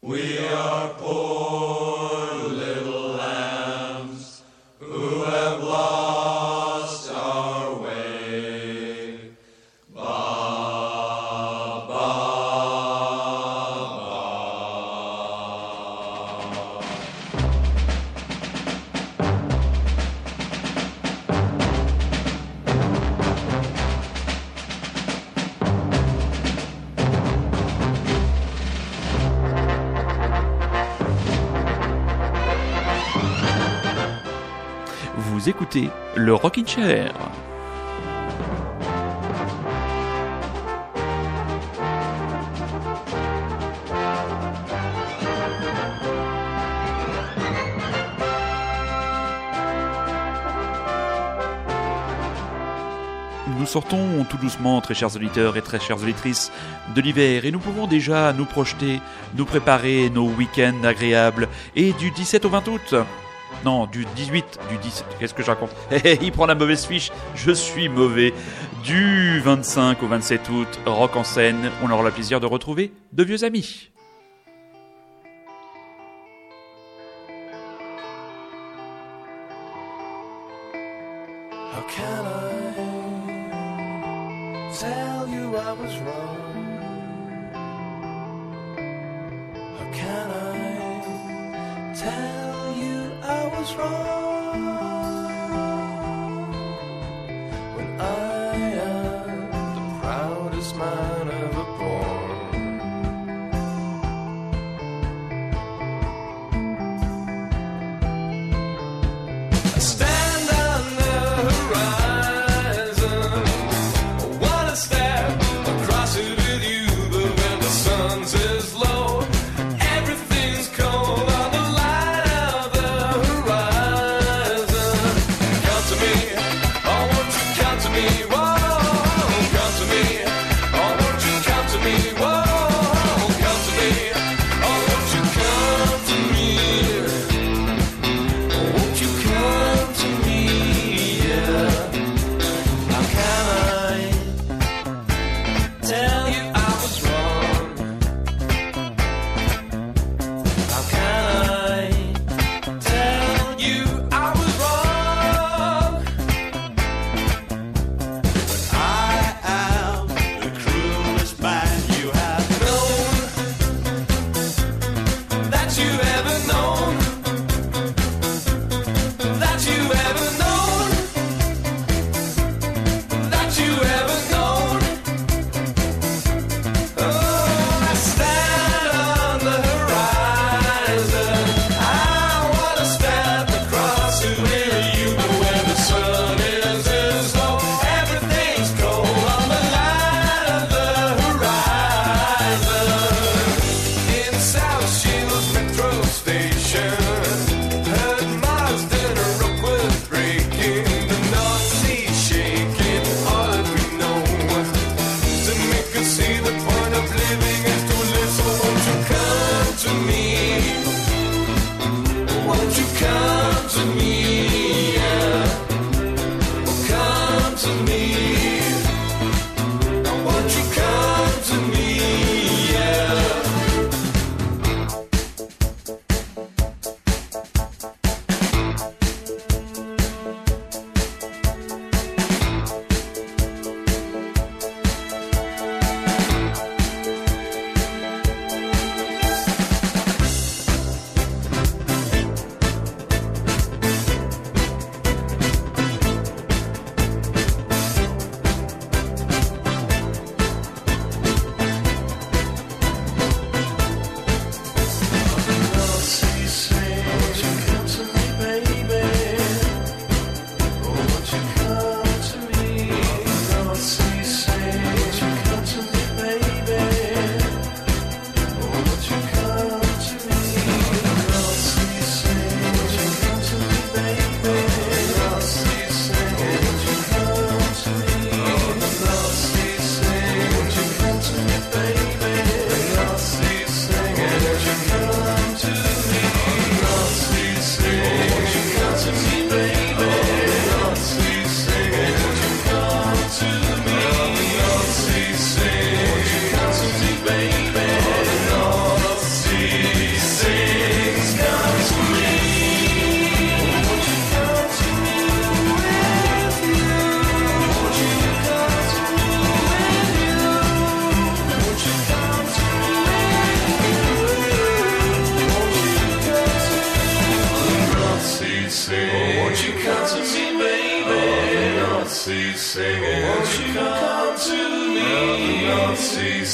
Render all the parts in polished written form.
We are poor little lambs who have lost our way. Ba, ba, ba. Vous écoutez le Rockin' Chair. Nous sortons tout doucement, très chers auditeurs et très chères auditrices, de l'hiver et nous pouvons déjà nous projeter, nous préparer nos week-ends agréables et du 17 au 20 août. Non, du 18, du 10, qu'est-ce que je raconte? Il prend la mauvaise fiche, je suis mauvais. Du 25 au 27 août, Rock en scène, on aura le plaisir de retrouver de vieux amis. How can I tell you I was wrong? How can I tell you I was wrong when I am the proudest man ever born? I stand on the horizon, I wanna step across it with you, but when the sun says low, everything's cold on the line of the horizon. Count to me, oh won't you count to me, whoa, count to me, oh won't you count to me, whoa, count to me, oh won't you count to me, oh won't you come to me, yeah. How can I tell you I was wrong?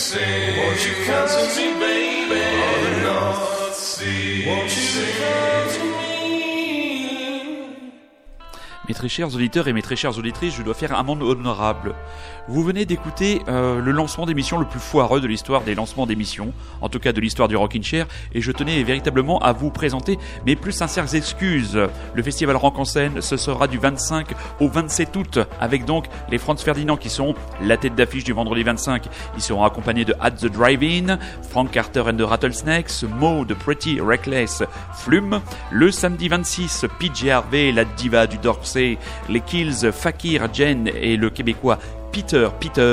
sing? Won't you come to me, baby? On the North Sea. Won't you come to me? Mes très chers auditeurs et mes très chères auditrices, je dois faire un monde honorable. Vous venez d'écouter le lancement d'émission le plus foireux de l'histoire des lancements d'émissions, en tout cas de l'histoire du Rockin' Chair, et je tenais véritablement à vous présenter mes plus sincères excuses. Le festival Rock en scène, ce sera du 25 au 27 août, avec donc les Franz Ferdinand qui seront la tête d'affiche du vendredi 25. Ils seront accompagnés de At the Drive-In, Frank Carter and the Rattlesnakes, Mo de Pretty Reckless, Flume. Le samedi 26, PJ Harvey, la diva du Dorset, les Kills, Fakir, Jen et le Québécois Peter,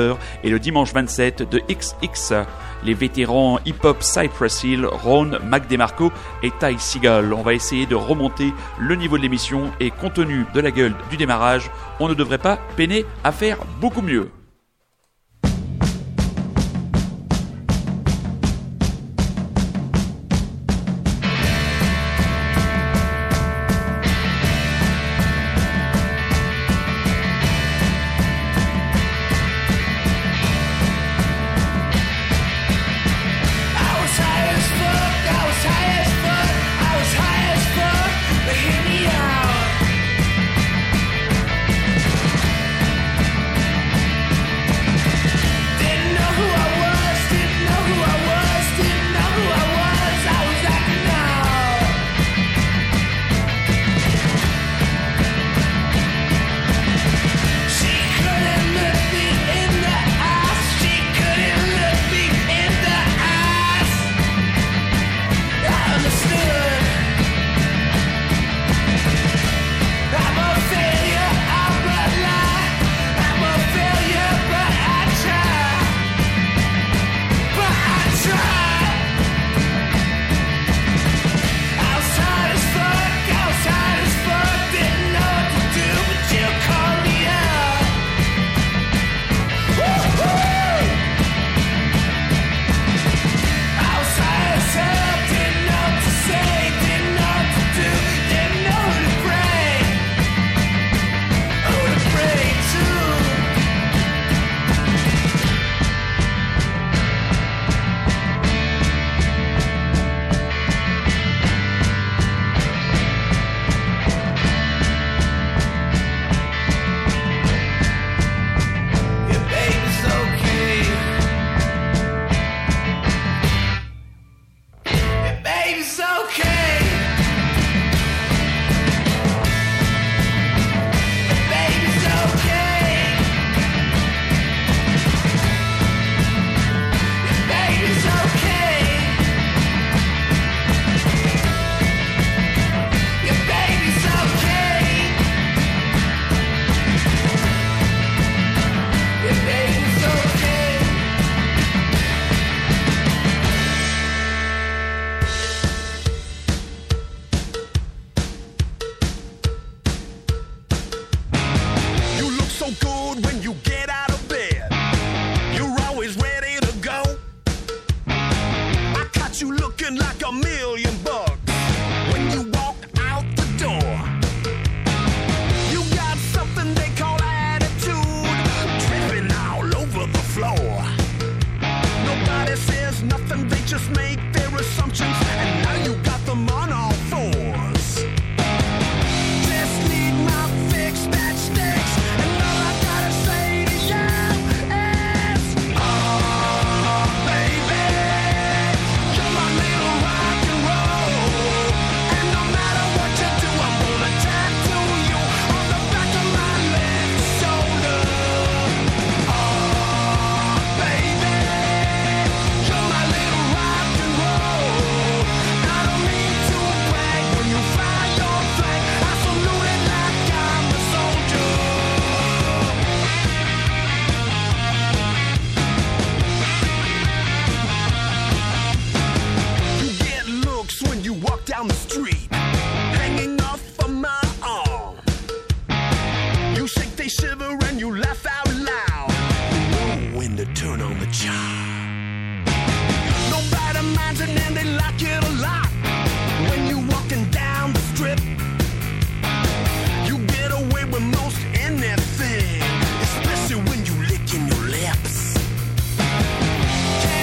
et le dimanche 27 de XX, les vétérans hip-hop Cypress Hill, Ron, Mac DeMarco et Ty Segall. On va essayer de remonter le niveau de l'émission et compte tenu de la gueule du démarrage, on ne devrait pas peiner à faire beaucoup mieux. Anything, especially when you licking your lips.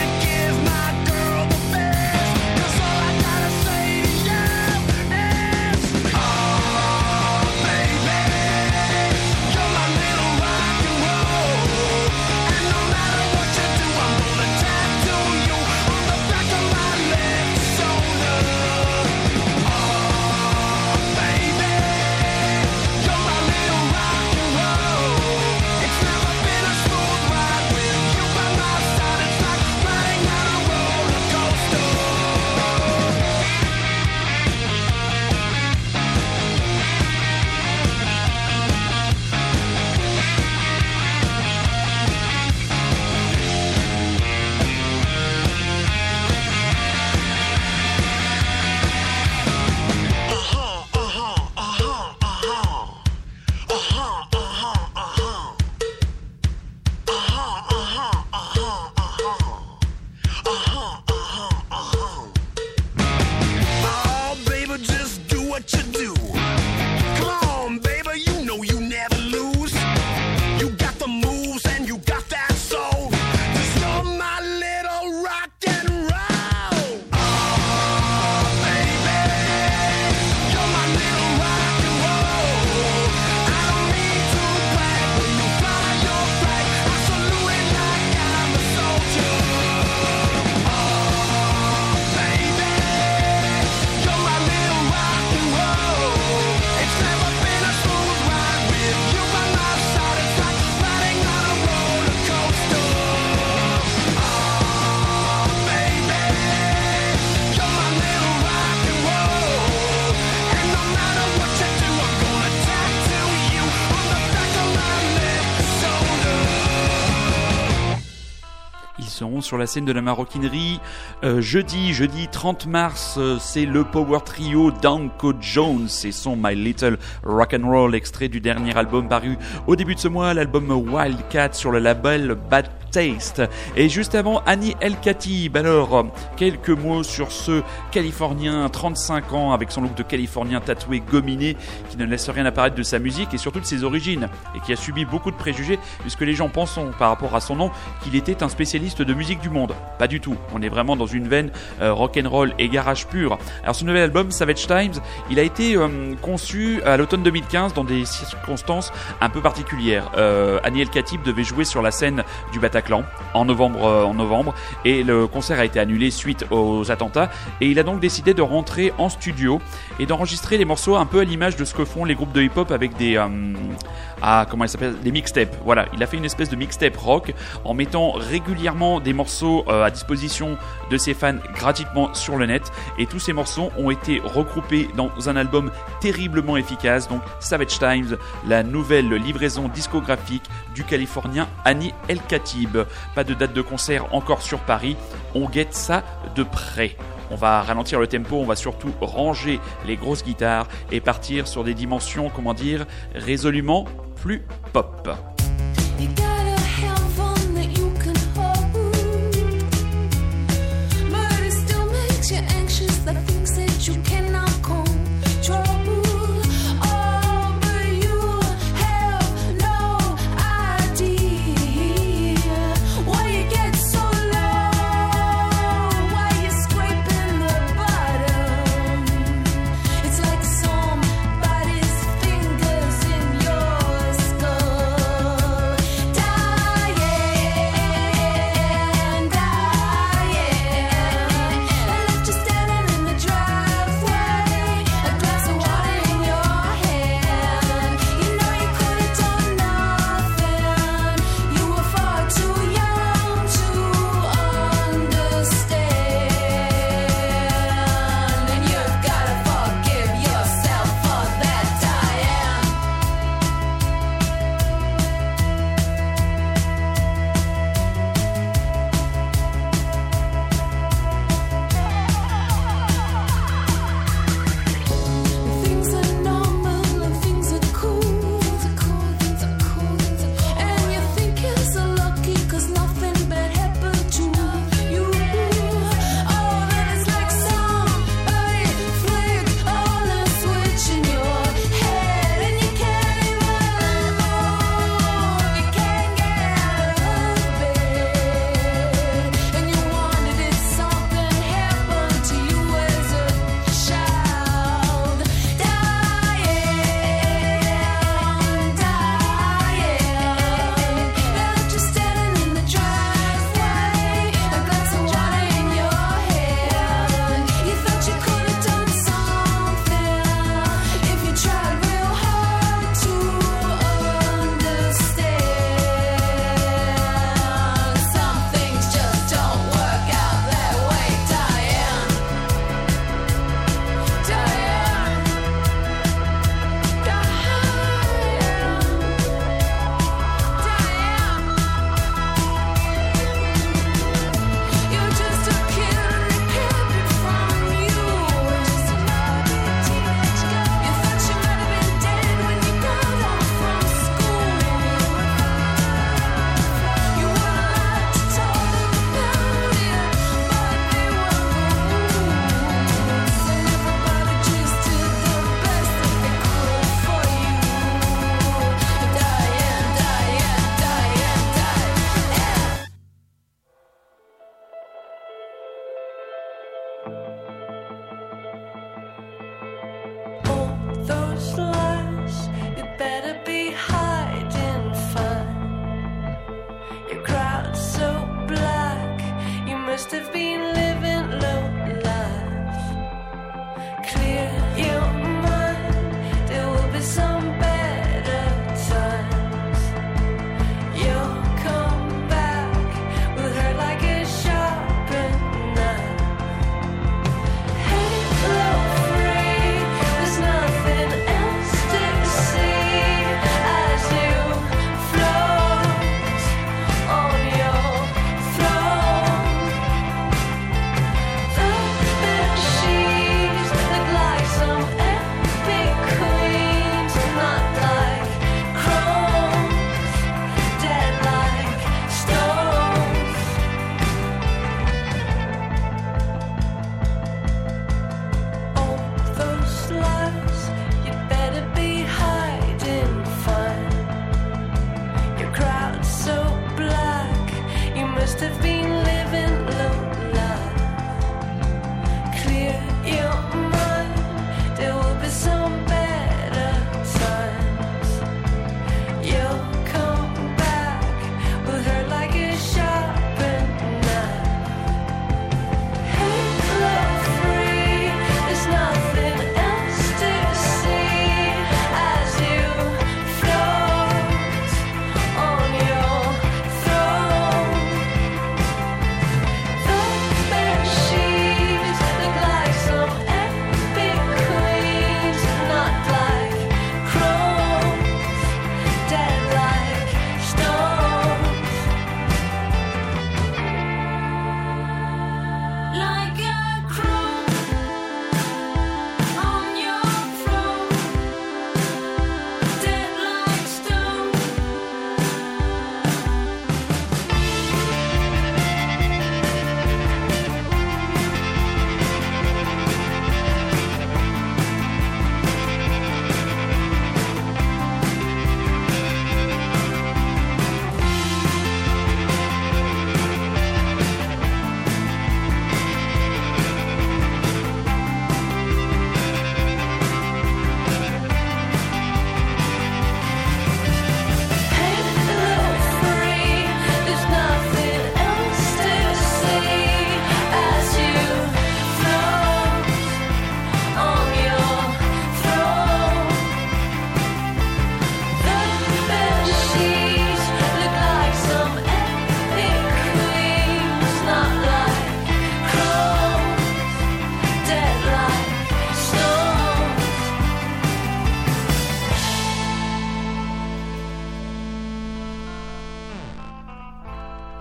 sur la scène de la maroquinerie. Jeudi 30 mars, c'est le power trio Danko Jones et son My Little Rock'n'Roll, extrait du dernier album paru au début de ce mois, l'album Wildcat sur le label Bad Taste. Et juste avant, Annie El Khatib. Alors, quelques mots sur ce Californien, 35 ans, avec son look de Californien tatoué gominé, qui ne laisse rien apparaître de sa musique et surtout de ses origines, et qui a subi beaucoup de préjugés, puisque les gens pensent, par rapport à son nom, qu'il était un spécialiste de musique du monde. Pas du tout. On est vraiment dans une veine rock'n'roll et garage pur. Alors, ce nouvel album, Savage Times, il a été conçu à l'automne 2015 dans des circonstances un peu particulières. Annie El Khatib devait jouer sur la scène du Bataclan en novembre, et le concert a été annulé suite aux attentats, et il a donc décidé de rentrer en studio et d'enregistrer les morceaux un peu à l'image de ce que font les groupes de hip-hop avec des des mixtapes. Voilà, il a fait une espèce de mixtape rock en mettant régulièrement des morceaux à disposition de ses fans gratuitement sur le net, et tous ces morceaux ont été regroupés dans un album terriblement efficace, donc Savage Times, la nouvelle livraison discographique du Californien Annie El Khatib. Pas de date de concert encore sur Paris, on guette ça de près. On va ralentir le tempo, on va surtout ranger les grosses guitares et partir sur des dimensions, résolument plus pop.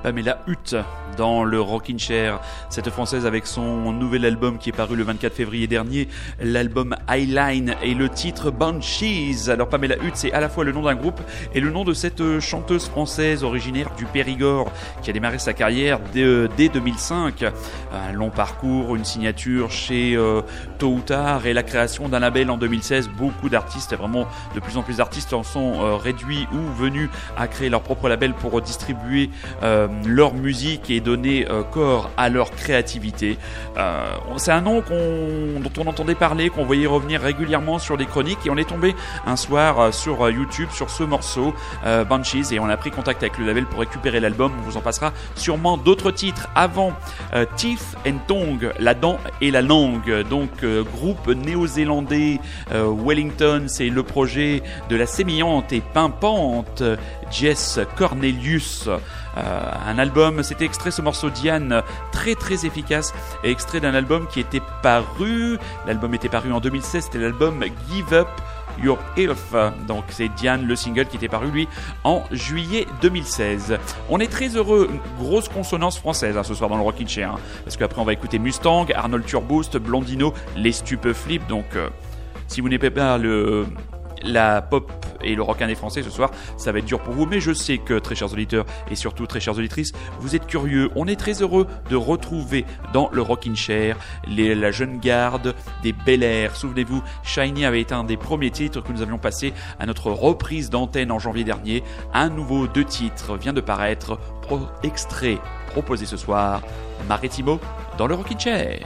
Pamela Hutt dans le Rockin' Chair, cette française avec son nouvel album qui est paru le 24 février dernier, l'album Highline et le titre Banshees. Alors Pamela Hutt, c'est à la fois le nom d'un groupe et le nom de cette chanteuse française originaire du Périgord qui a démarré sa carrière dès 2005. Un long parcours, une signature chez Tôt ou Tard et la création d'un label en 2016. Beaucoup d'artistes, vraiment de plus en plus d'artistes en sont réduits ou venus à créer leur propre label pour distribuer leur musique et donner corps à leur créativité. C'est un nom dont on entendait parler, qu'on voyait revenir régulièrement sur les chroniques, et on est tombé un soir sur YouTube sur ce morceau Banshees, et on a pris contact avec le label pour récupérer l'album. On vous en passera sûrement d'autres titres. Avant Teeth and Tongue, la dent et la langue, donc groupe néo-zélandais Wellington, c'est le projet de la sémillante et pimpante Jess Cornelius. Un album, c'était extrait ce morceau Diane, très très efficace, et extrait d'un album qui était paru, l'album était paru en 2016, c'était l'album Give Up Your Health. Donc c'est Diane, le single qui était paru lui en juillet 2016. On est très heureux, grosse consonance française ce soir dans le Rockin' Chair, parce qu'après on va écouter Mustang, Arnold Turboust, Blondino, les Stupeflip. Donc si vous n'aimez pas la pop et le rock indé français ce soir, ça va être dur pour vous, mais je sais que, très chers auditeurs et surtout très chères auditrices, vous êtes curieux. On est très heureux de retrouver dans le Rockin' Chair la jeune garde des Bel Air. Souvenez-vous, Shiny avait été un des premiers titres que nous avions passé à notre reprise d'antenne en janvier dernier. Un nouveau 2 titres vient de paraître, extrait proposé ce soir, Maritimo dans le Rockin' Chair.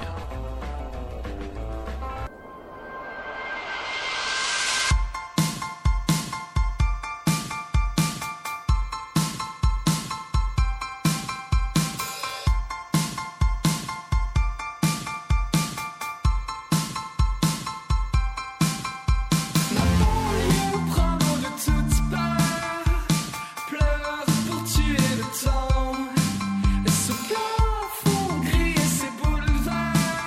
Pleure pour tuer le temps, et ce plafond gris et ses boulevards.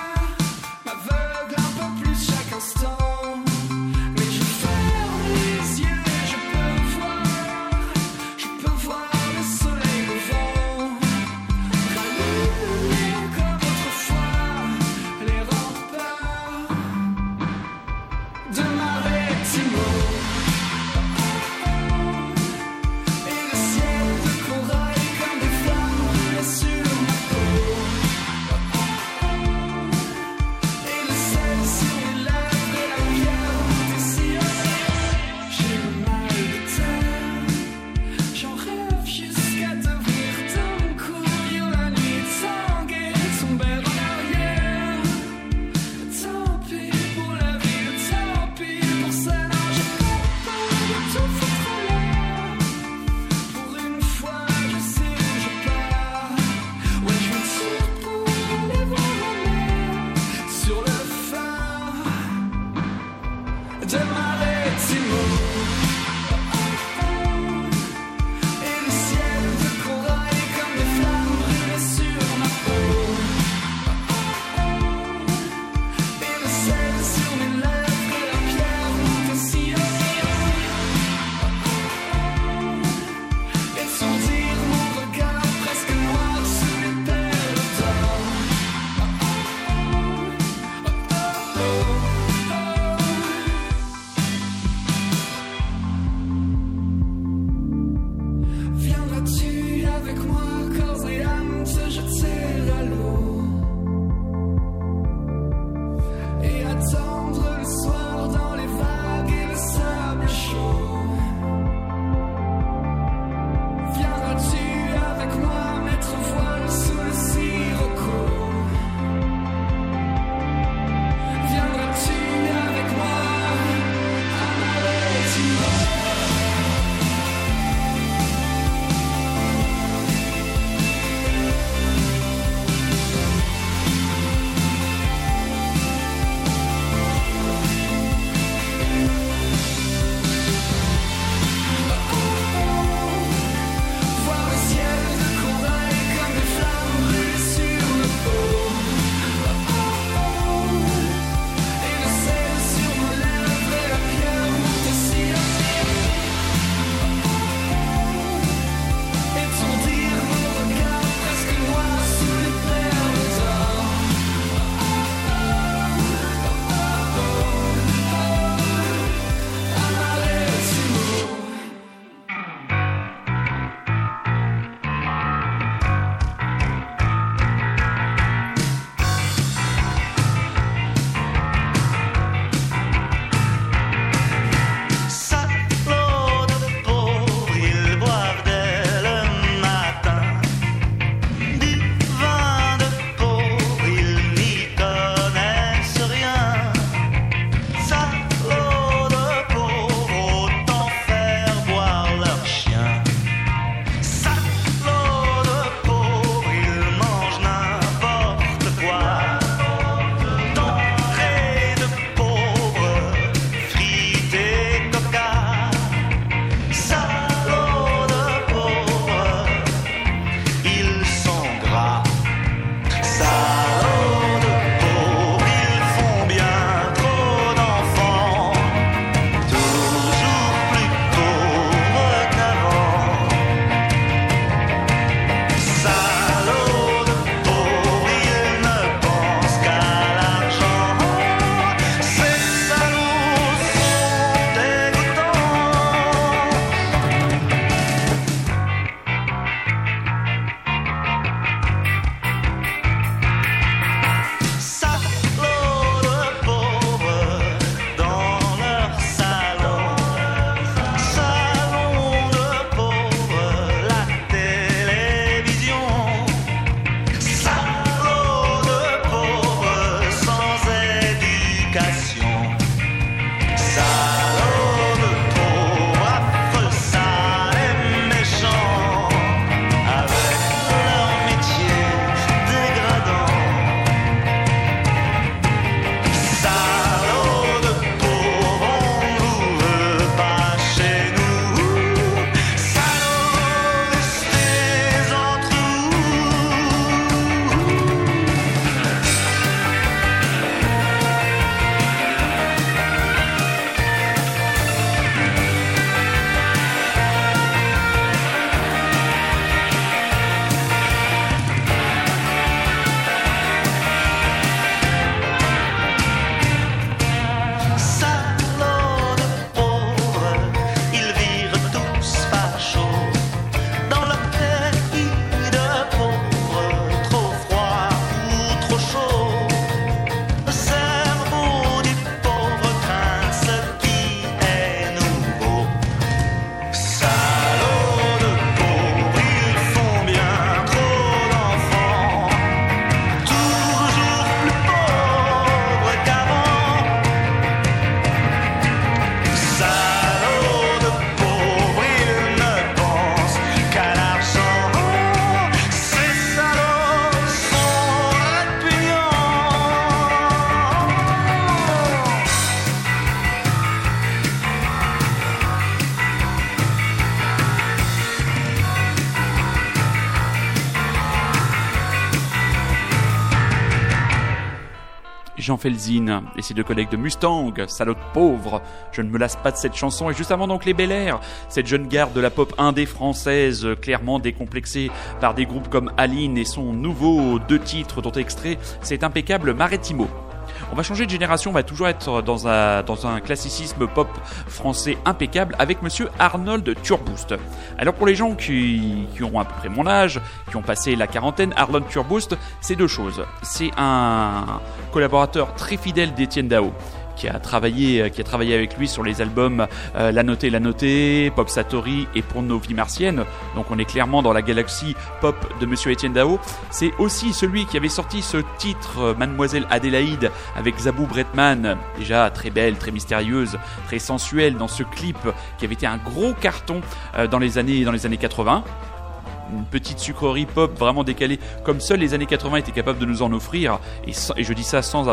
Jean Felzin et ses deux collègues de Mustang, Salope pauvre. Je ne me lasse pas de cette chanson. Et juste avant donc les Bel Air, cette jeune garde de la pop indé française, clairement décomplexée par des groupes comme Aline et son nouveau 2 titres dont extrait, c'est impeccable Marettimo. On va changer de génération, on va toujours être dans un classicisme pop français impeccable avec monsieur Arnold Turboust. Alors pour les gens qui ont à peu près mon âge, qui ont passé la quarantaine, Arnold Turboust, c'est 2 choses. C'est un collaborateur très fidèle d'Étienne Dao, qui a travaillé avec lui sur les albums La Notée, Pop Satori et Pour nos vies martiennes. Donc on est clairement dans la galaxie pop de monsieur Étienne Dao. C'est aussi celui qui avait sorti ce titre Mademoiselle Adélaïde avec Zabou Bretman, déjà très belle, très mystérieuse, très sensuelle dans ce clip qui avait été un gros carton dans les années 80. Une petite sucrerie pop vraiment décalée comme seuls les années 80 étaient capables de nous en offrir, et je dis ça sans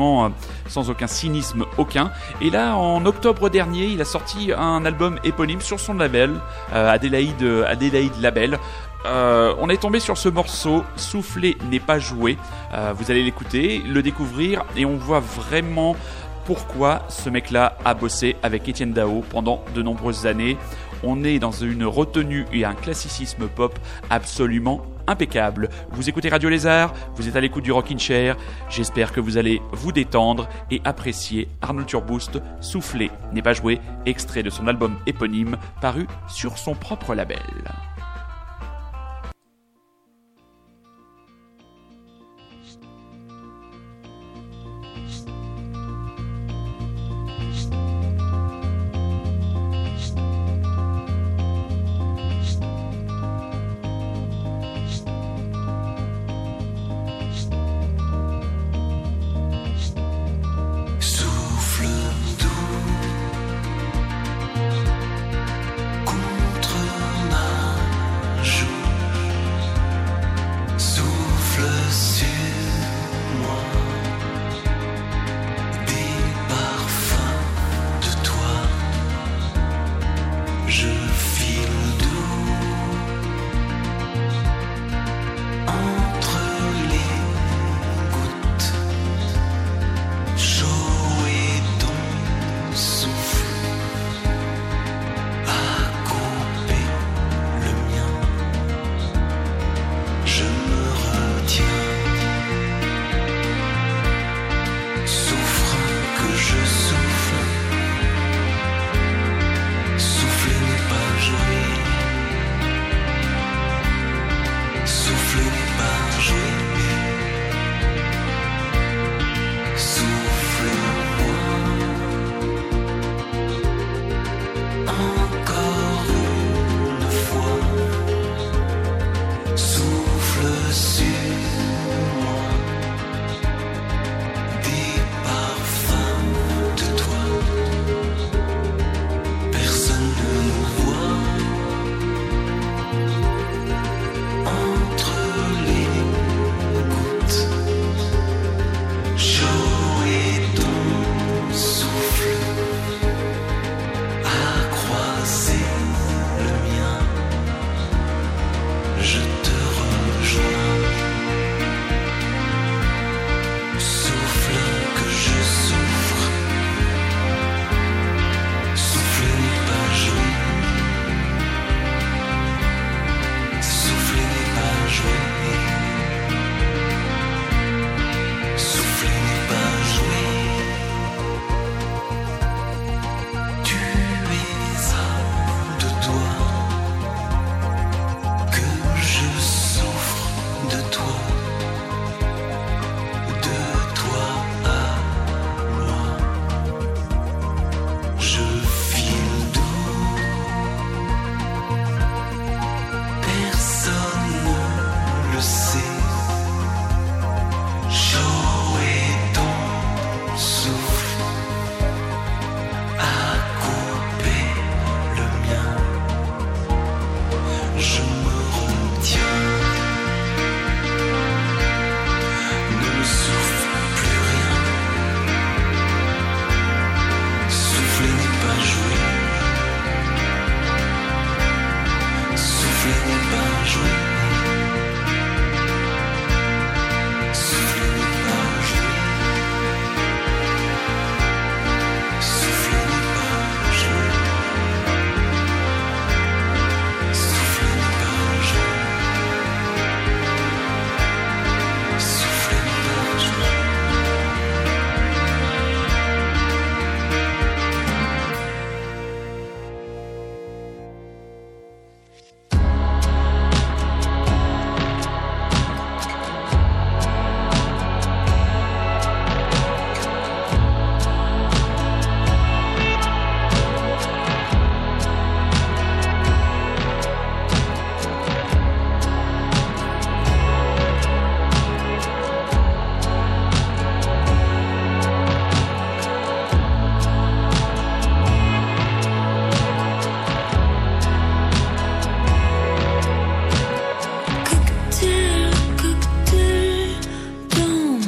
aucun cynisme aucun. Et là en octobre dernier il a sorti un album éponyme sur son label Adélaïde Label. On est tombé sur ce morceau Souffler n'est pas joué. Vous allez l'écouter, le découvrir, et on voit vraiment pourquoi ce mec-là a bossé avec Étienne Dao pendant de nombreuses années. On est dans une retenue et un classicisme pop absolument impeccable. Vous écoutez Radio Lézard, vous êtes à l'écoute du Rockin' Chair. J'espère que vous allez vous détendre et apprécier Arnold Turboust, Souffler n'est pas joué, extrait de son album éponyme paru sur son propre label. Contre ma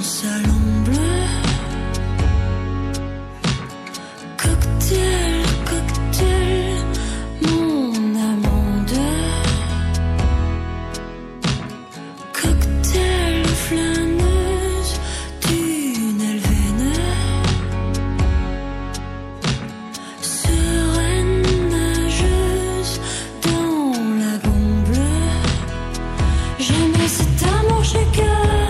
salon bleu. Cocktail, cocktail, mon amande. Cocktail, flâneuse, tunnel veineux. Sereine nageuse dans la bombe bleue. J'aimais cet amour shaker.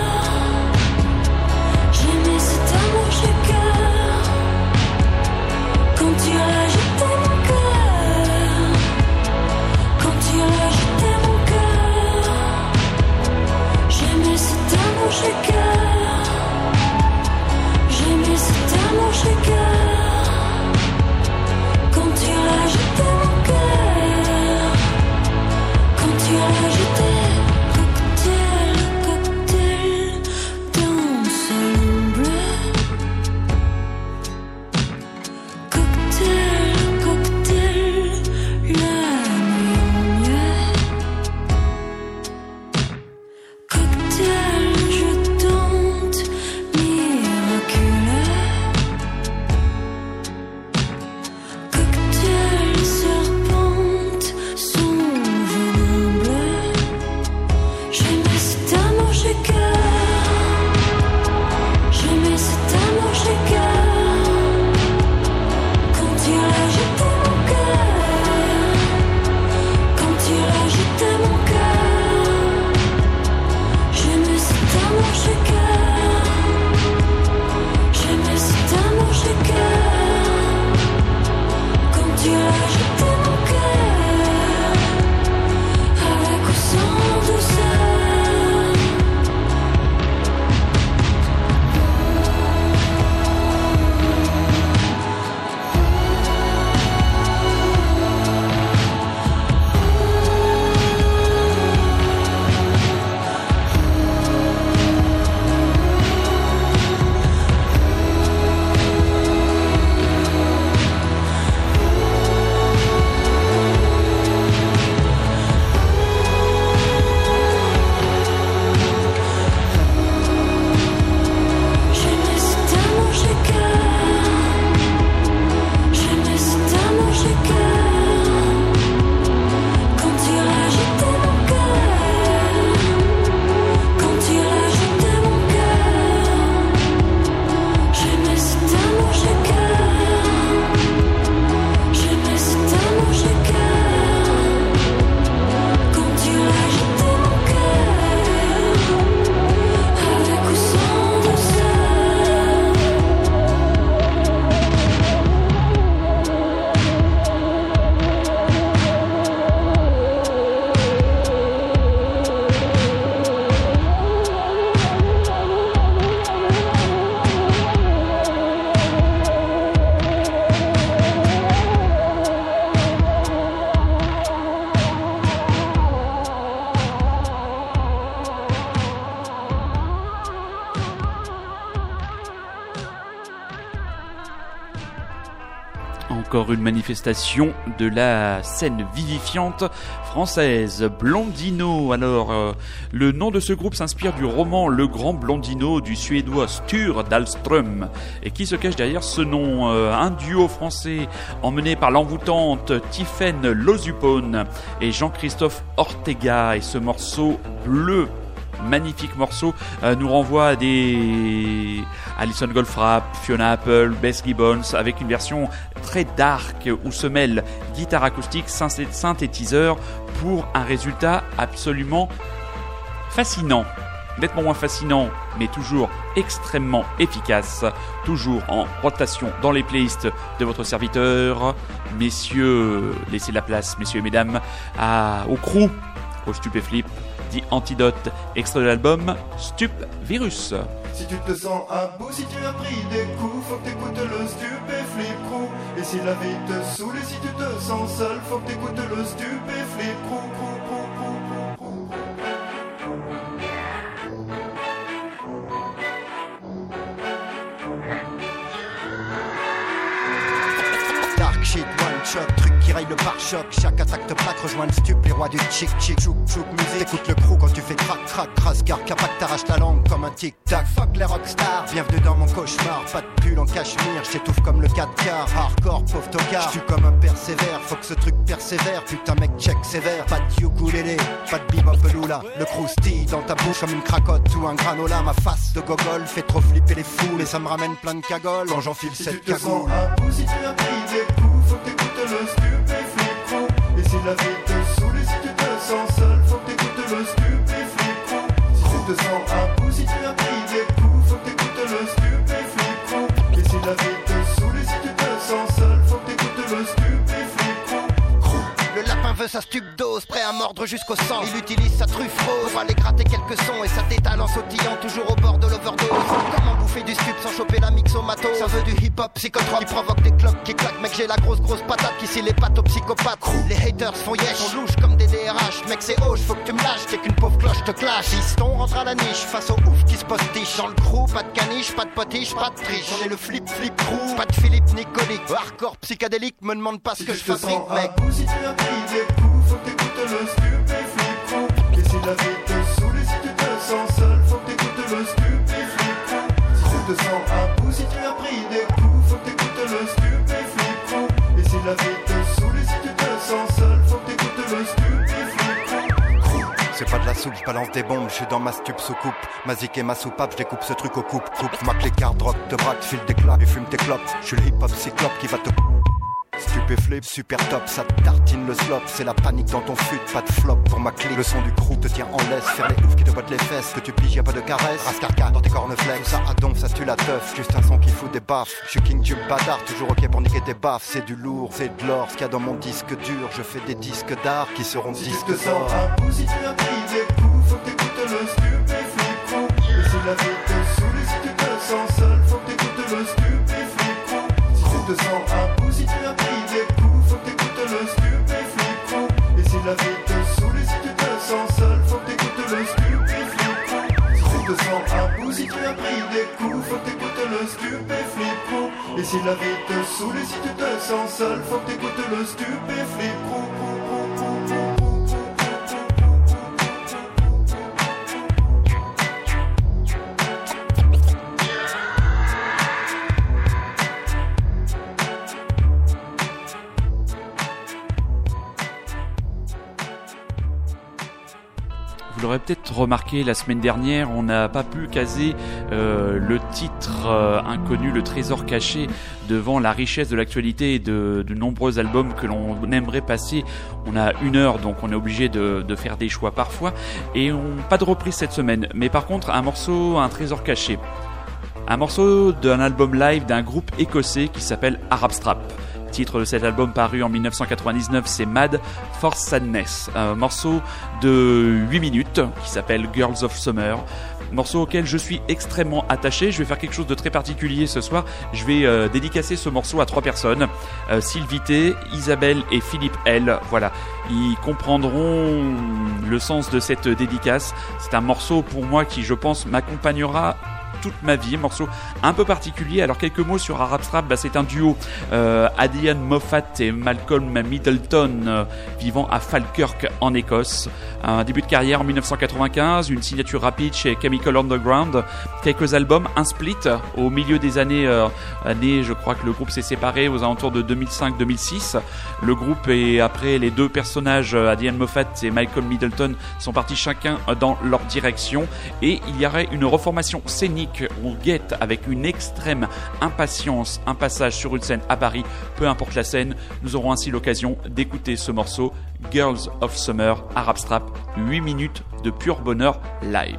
J'aimais cet amour shaker. Quand tu agitais mon cœur. Quand tu agitais mon cœur. J'aimais cet amour shaker. J'aimais cet amour shaker. Quand tu agitais mon cœur. Quand tu agitais. Cocktail, cocktail, dans le salon bleu. Cocktail, cocktail, la nuit en mieux. Cocktail, je tente, miraculeux. Cocktail, serpente, son venin bleu. J'aimais cet amour shaker. J'aimais cet amour shaker. Quand tu agitais mon cœur. Quand tu agitais mon cœur. J'aimais cet amour shaker. J'aimais cet amour shaker. Quand tu agitais mon cœur. Avec ou sans douceur. J'aimais cet amour shaker. J'aimais cet amour shaker. Quand tu agitais mon cœur. Quand tu agitais mon cœur. J'aimais cet amour shaker. J'aimais cet amour shaker. Quand tu agitais mon cœur. Avec ou sans douceur. Encore une manifestation de la scène vivifiante française. Blondino. Alors, le nom de ce groupe s'inspire du roman Le Grand Blondino du suédois Sture Dahlström. Et qui se cache derrière ce nom? Un duo français emmené par l'envoûtante Tiffaine Lozupone et Jean-Christophe Ortega. Et ce morceau bleu, magnifique morceau, nous renvoie à des Alison Goldfrapp, Fiona Apple, Beth Gibbons, avec une version très dark où se mêlent guitare acoustique, synthétiseur pour un résultat absolument fascinant. Nettement moins fascinant, mais toujours extrêmement efficace, toujours en rotation dans les playlists de votre serviteur. Messieurs, laissez la place, messieurs et mesdames, au crew, au Stupéflip, dit Antidote, extrait de l'album Stup Virus. Si tu te sens à bout, si tu as pris des coups, faut que t'écoutes le Stupéflip Crew. Et si la vie te saoule et si tu te sens seul, faut que t'écoutes le Stupéflip Crew. Dark shit, one shot, truc qui raye le pare-choc. Chaque attaque te plaque, rejoins le stup, les rois du chic chouk chouk musique. T'écoutes le crew quand tu fais crac crac crasse, car capac t'arrache la langue comme un tic tac. Fuck les rockstars, bienvenue dans mon cauchemar. Pas de pull en cachemire, j'étouffe comme le 4 quarts. Hardcore, pauvre tocard, j'suis comme un persévère. Faut que ce truc persévère, putain mec check sévère. Pas de ukulélé, pas de bebop beloula. Le croustille dans ta bouche comme une cracotte ou un granola. Ma face de gogol fait trop flipper les fous, et ça me ramène plein de cagoles quand j'enfile Si cette tu te sens cagoule. un coup, si tu as pris des coups, faut que t'écoutes le stupéflip crew. Et si la vie te saoule et si tu te sens seul, faut que t'écoutes le stupéflip crew. Si tu te sens un coup, si tu as pris des coups, faut que t'écoutes le stupéflip crew. Et si la vie te saoule et si tu te sens seul, faut que t'écoutes le stupéflip crew. Le lapin veut sa stupdose, prêt à mordre jusqu'au sang. Il utilise sa truffe rose pour aller gratter quelques sons, et ça t'étale en sautillant toujours au bord de l'overdose. Comment bouffer du stup sans choper la mixomato? Ça veut du hip-hop psychotrope qui provoque des cloques qui claquent. Mec, j'ai la grosse patate qui scie les pattes aux psychopathes. Les haters font yesh, on louche comme des DRH. Mec, c'est hoche, faut que tu me lâches, t'es qu'une pauvre cloche te clash. Fiston rentre à la niche face au ouf qui se postiche. Dans le crew, pas de caniche, pas de potiche, pas de triche. On est le flip crew, pas de Philippe Nicolique. Hardcore psychédélique, me demande pas ce Si que tu je te fabrique, sens un mec. coup, si tu as pris des coups, faut que t'écoutes le stupéflip crew. Et si la vie te saoule et si tu te sens seul, faut que t'écoutes le stupéflip crew. Si tu te sens un coup, si tu as pris des coups, faut que t'écoutes le stupéflip crew. Et si la vie te saoule et si tu te sens seul, faut que t'écoutes le stupéflip crew. C'est pas de la soupe, je balance des bombes, je suis dans ma stup sous coupe. Ma zik et ma soupape, je découpe ce truc au coupe. Ma clé carte, rock, te braque, file des claques et fume tes clopes. Je suis le hip-hop cyclope qui va te... Stupéflip, super top, ça te tartine le slop. C'est la panique dans ton fut, pas de flop pour ma clique. Le son du crew te tient en laisse, faire les oufs qui te bottent les fesses. Que tu piges, y'a pas de caresse, rascarca dans tes corneflex. Tout ça à donf, ça tue la teuf, juste un son qui fout des baffes. Je suis King Tube Badard, toujours ok pour niquer tes baffes. C'est du lourd, c'est de l'or, ce qu'il y a dans mon disque dur. Je fais des disques d'art qui seront Si tu disques te sens d'or. un coup, si tu as pris des coups, faut que t'écoutes le stupéflip crew. Et si la vie te saoule et si tu te sens seul, faut que t'écoutes le stupéflip crew. Si tu te sens un coup, si tu as pris des coups, faut que t'écoutes le stupéflip crew. Et si la vie te saoule et si tu te sens seul, faut que t'écoutes le stupéflip crew. Si tu te sens un coup, si tu as pris des coups, faut que t'écoutes le stupéflip crew. Et si la vie te saoule et si tu te sens seul, faut que t'écoutes le stupéflip crew. Vous l'aurez peut-être remarqué, la semaine dernière, on n'a pas pu caser le titre inconnu, le trésor caché, devant la richesse de l'actualité et de nombreux albums que l'on aimerait passer. On a 1 heure, donc on est obligé de faire des choix parfois. Et pas de reprise cette semaine. Mais par contre, un trésor caché. Un morceau d'un album live d'un groupe écossais qui s'appelle Arab Strap. Titre de cet album paru en 1999, c'est Mad for Sadness, un morceau de 8 minutes qui s'appelle Girls of Summer, morceau auquel je suis extrêmement attaché. Je vais faire quelque chose de très particulier ce soir, je vais dédicacer ce morceau à 3 personnes, Sylvie T, Isabelle et Philippe L. Voilà, ils comprendront le sens de cette dédicace. C'est un morceau pour moi qui, je pense, m'accompagnera toute ma vie, morceau un peu particulier. Alors quelques mots sur Arab Strap, c'est un duo Adrian Moffat et Malcolm Middleton vivant à Falkirk en Écosse. Un début de carrière en 1995, une signature rapide chez Chemical Underground, quelques albums, un split au milieu des années, je crois que le groupe s'est séparé aux alentours de 2005-2006. Le groupe et après les 2 personnages, Adrian Moffat et Malcolm Middleton, sont partis chacun dans leur direction et il y aurait une reformation scénique. On guette avec une extrême impatience un passage sur une scène à Paris, peu importe la scène. Nous aurons ainsi l'occasion d'écouter ce morceau Girls of Summer, Arab Strap, 8 minutes de pur bonheur live.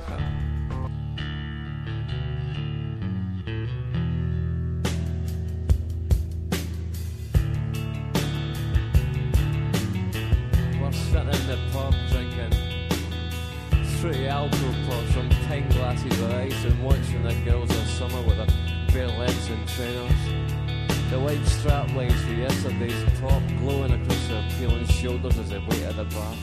We're sitting in the pub drinking 3 alcohol pops from pint glasses of ice and watching the girls of summer with their bare legs and trainers. The white strap lines for yesterday's top glowing across their peeling shoulders as they wait at the bar.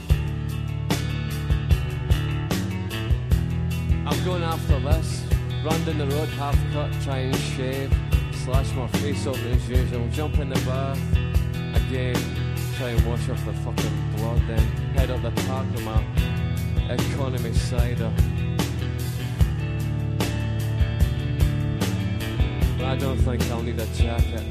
I'm going after this, run down the road half cut, try and shave, slash my face open as usual, jump in the bar again. try and wash off the fucking blood, then head up the park with my economy cider. But I don't think I'll need a jacket.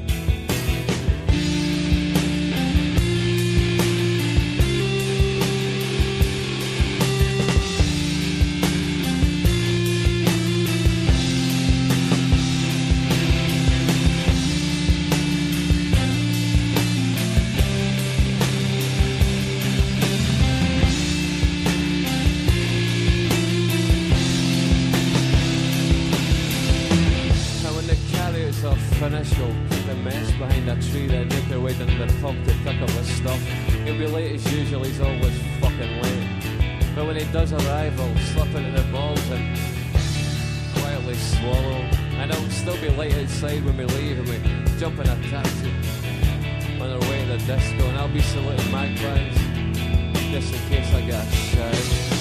Finish, you'll keep a mess behind a tree, then make your way down to the pub to pick up his stuff. He'll be late as usual, he's always fucking late. But when he does arrive, I'll slip into the balls and quietly swallow. And I'll still be late outside when we leave and we jump in a taxi on our way to the disco. And I'll be saluting magpies just in case I get a shout.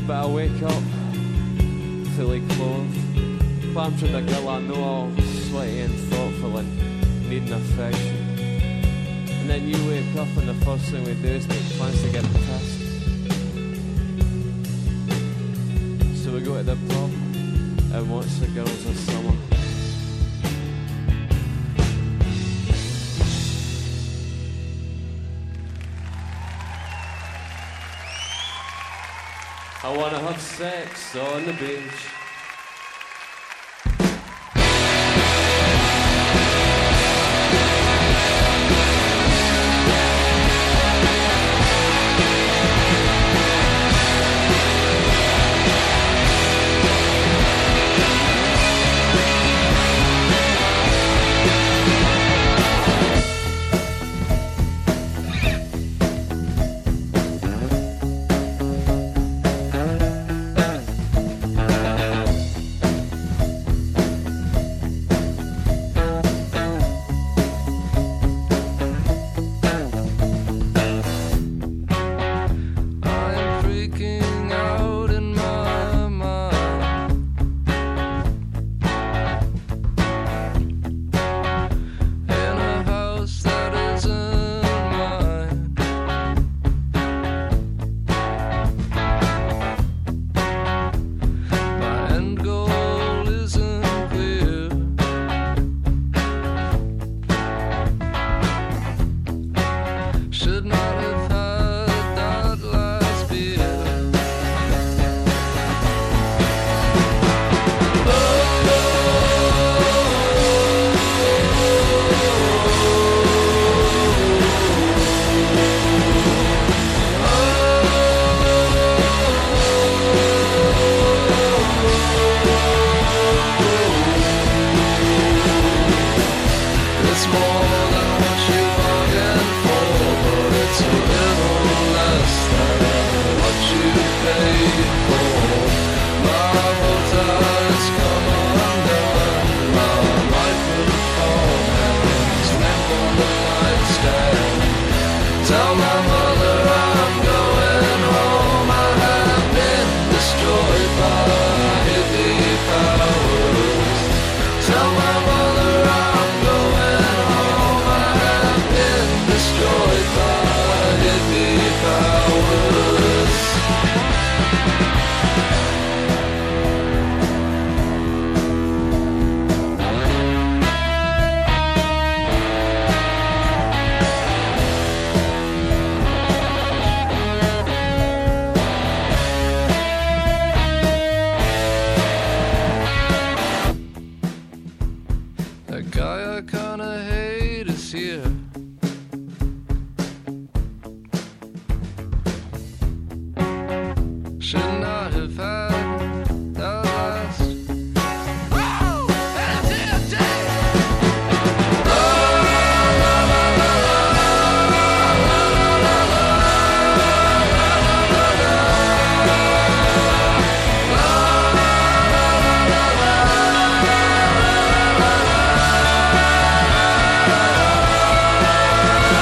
But I wake up fully clothed, clamped round a girl I know, all sweaty and thoughtful and needing affection. And then you wake up and the first thing we do is make plans to get pissed. So we go to the pub and watch the girls of summer. I wanna have sex on the beach.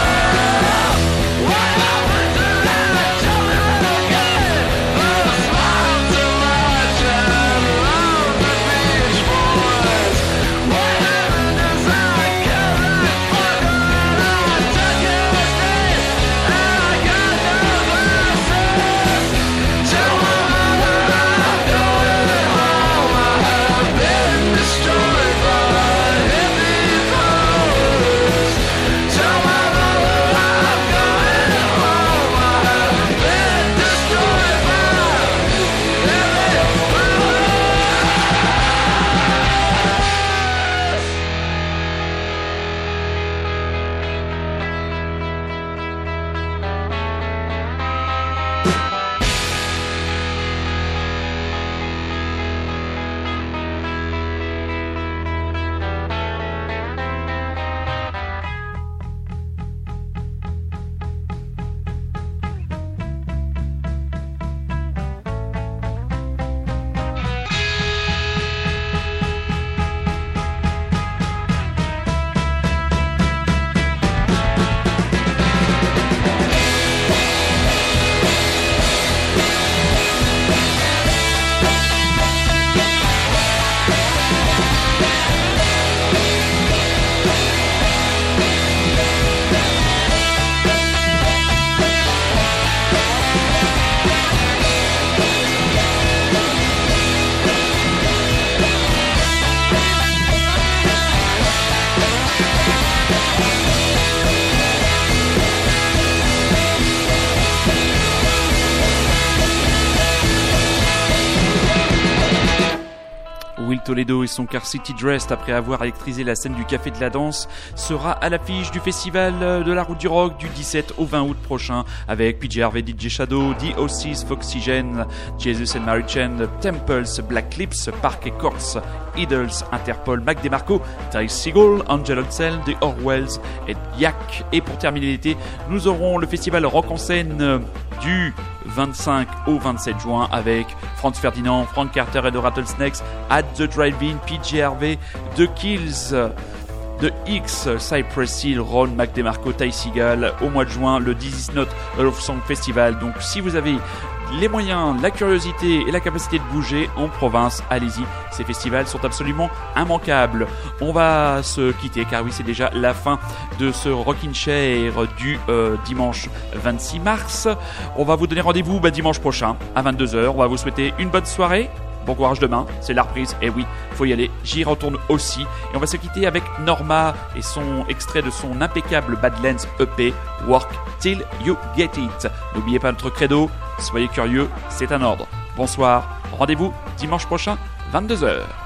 Wow! Toledo et son Car City Dressed, après avoir électrisé la scène du Café de la Danse, sera à l'affiche du festival de la Route du Rock du 17 au 20 août prochain avec PJ Harvey, DJ Shadow, The Oasis, Foxygen, Jesus and Mary Chain, Temples, Black Lips, Park et Courts, Idols, Interpol, Mac DeMarco, Terry Seagull, Angel Olsen, The Orwells et Yak. Et pour terminer l'été, nous aurons le festival Rock en scène du 25 au 27 juin avec Franz Ferdinand, Frank Carter et The Rattlesnakes, At the Drive-In, PJ Harvey, The Kills, The X, Cypress Hill, Ron, Mac DeMarco, Ty Segall au mois de juin, le This Is Not a Love Song Festival. Donc si vous avez les moyens, la curiosité et la capacité de bouger en province, allez-y, ces festivals sont absolument immanquables. On va se quitter car oui, c'est déjà la fin de ce Rockin' Chair du dimanche 26 mars. On va vous donner rendez-vous dimanche prochain à 22h. On va vous souhaiter une bonne soirée. Bon courage demain, c'est la reprise, et oui, faut y aller, j'y retourne aussi. Et on va se quitter avec Norma et son extrait de son impeccable Badlands EP, Work Till You Get It. N'oubliez pas notre credo, soyez curieux, c'est un ordre. Bonsoir, rendez-vous dimanche prochain, 22h.